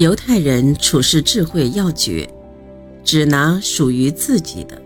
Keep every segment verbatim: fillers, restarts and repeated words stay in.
犹太人处事智慧要诀，只拿属于自己的。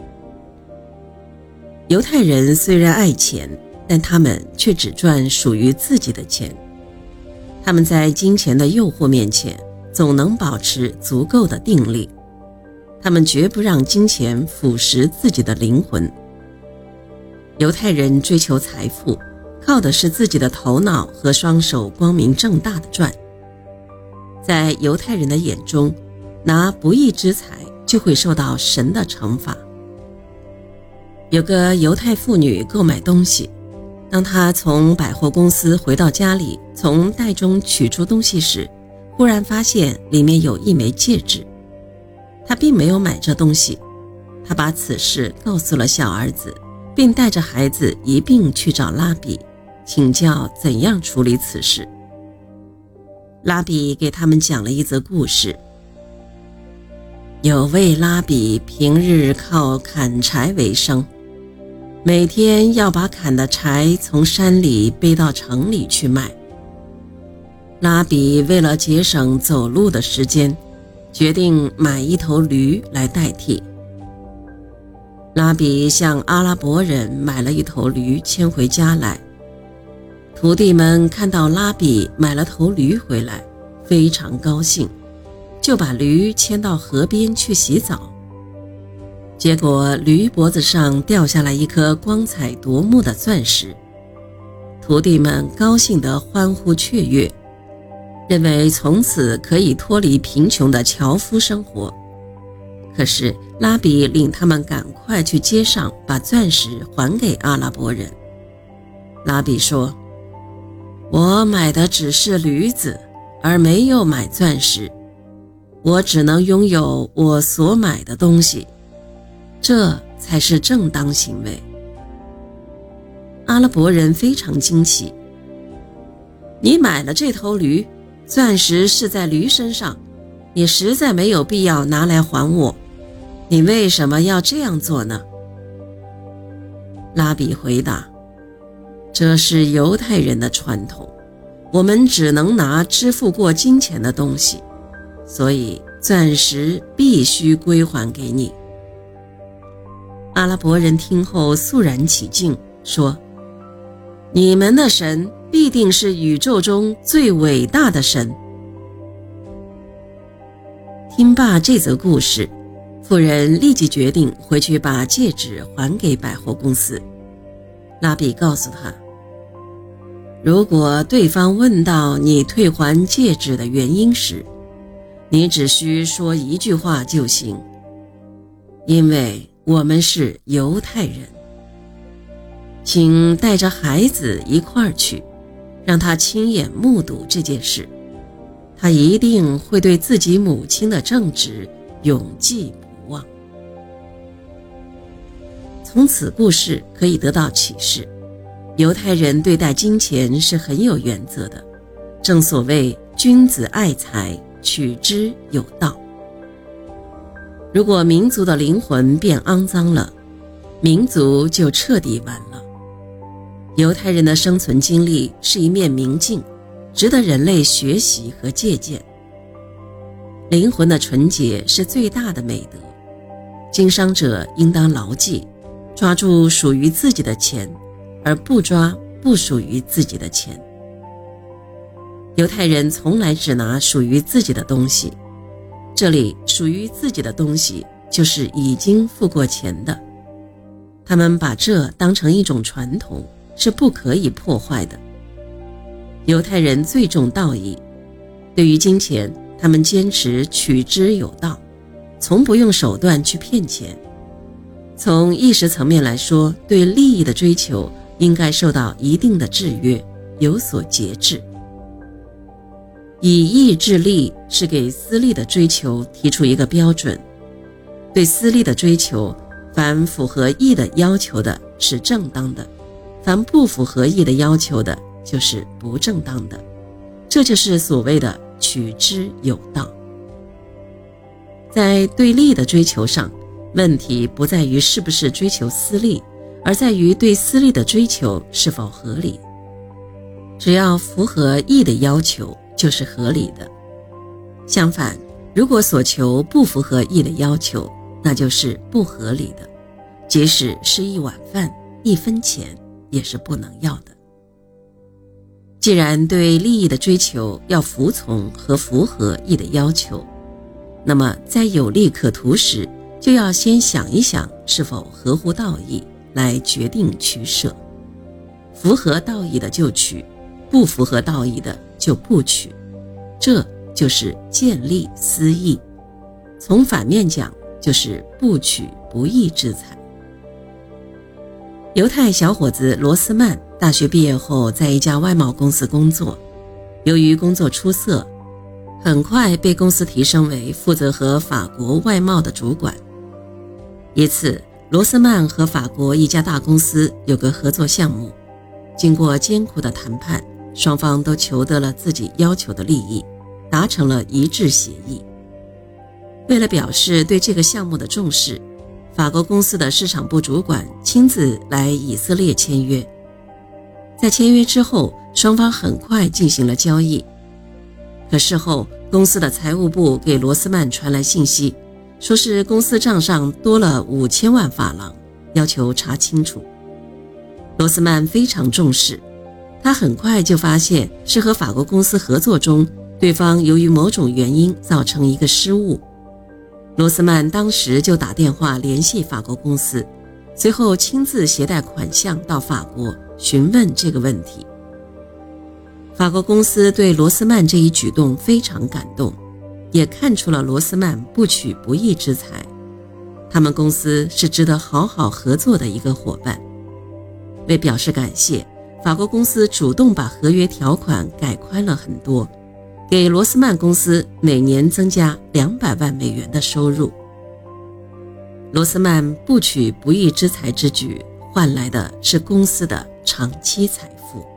犹太人虽然爱钱，但他们却只赚属于自己的钱。他们在金钱的诱惑面前，总能保持足够的定力。他们绝不让金钱腐蚀自己的灵魂。犹太人追求财富，靠的是自己的头脑和双手光明正大的赚。在犹太人的眼中，拿不义之财就会受到神的惩罚。有个犹太妇女购买东西，当她从百货公司回到家里，从袋中取出东西时，忽然发现里面有一枚戒指。她并没有买这东西，她把此事告诉了小儿子，并带着孩子一并去找拉比，请教怎样处理此事。拉比给他们讲了一则故事。有位拉比平日靠砍柴为生，每天要把砍的柴从山里背到城里去卖。拉比为了节省走路的时间，决定买一头驴来代替。拉比向阿拉伯人买了一头驴牵回家来。徒弟们看到拉比买了头驴回来，非常高兴，就把驴牵到河边去洗澡。结果驴脖子上掉下来一颗光彩夺目的钻石，徒弟们高兴地欢呼雀跃，认为从此可以脱离贫穷的樵夫生活。可是拉比令他们赶快去街上把钻石还给阿拉伯人。拉比说，我买的只是驴子，而没有买钻石，我只能拥有我所买的东西，这才是正当行为。阿拉伯人非常惊奇，你买了这头驴，钻石是在驴身上，你实在没有必要拿来还我，你为什么要这样做呢？拉比回答，这是犹太人的传统，我们只能拿支付过金钱的东西，所以钻石必须归还给你。阿拉伯人听后肃然起敬，说，你们的神必定是宇宙中最伟大的神。听罢这则故事，妇人立即决定回去把戒指还给百货公司。拉比告诉他，如果对方问到你退还戒指的原因时，你只需说一句话就行，因为我们是犹太人。请带着孩子一块儿去，让他亲眼目睹这件事，他一定会对自己母亲的正直永记不忘。从此故事可以得到启示，犹太人对待金钱是很有原则的，正所谓君子爱财，取之有道。如果民族的灵魂变肮脏了，民族就彻底完了。犹太人的生存经历是一面明镜，值得人类学习和借鉴。灵魂的纯洁是最大的美德，经商者应当牢记，抓住属于自己的钱，而不抓不属于自己的钱。犹太人从来只拿属于自己的东西，这里属于自己的东西就是已经付过钱的，他们把这当成一种传统，是不可以破坏的。犹太人最重道义，对于金钱，他们坚持取之有道，从不用手段去骗钱。从意识层面来说，对利益的追求应该受到一定的制约，有所节制。以义制利是给私利的追求提出一个标准，对私利的追求，凡符合义的要求的是正当的，凡不符合义的要求的就是不正当的，这就是所谓的取之有道。在对利的追求上，问题不在于是不是追求私利，而在于对私利的追求是否合理。只要符合义的要求，就是合理的。 相反，如果所求不符合义的要求，那就是不合理的，即使是一碗饭，一分钱也是不能要的。既然对利益的追求要服从和符合义的要求，那么在有利可图时，就要先想一想是否合乎道义，来决定取舍。符合道义的就取，不符合道义的就不取，这就是见利思义。从反面讲，就是不取不义之财。犹太小伙子罗斯曼大学毕业后在一家外贸公司工作，由于工作出色，很快被公司提升为负责和法国外贸的主管。一次，罗斯曼和法国一家大公司有个合作项目，经过艰苦的谈判，双方都求得了自己要求的利益，达成了一致协议。为了表示对这个项目的重视，法国公司的市场部主管亲自来以色列签约。在签约之后，双方很快进行了交易。可事后，公司的财务部给罗斯曼传来信息，说是公司账上多了五千万法郎，要求查清楚。罗斯曼非常重视，他很快就发现是和法国公司合作中，对方由于某种原因造成一个失误。罗斯曼当时就打电话联系法国公司，随后亲自携带款项到法国询问这个问题。法国公司对罗斯曼这一举动非常感动，也看出了罗斯曼不取不义之财，他们公司是值得好好合作的一个伙伴。为表示感谢，法国公司主动把合约条款改宽了很多，给罗斯曼公司每年增加两百万美元的收入。罗斯曼不取不义之财之举，换来的是公司的长期财富。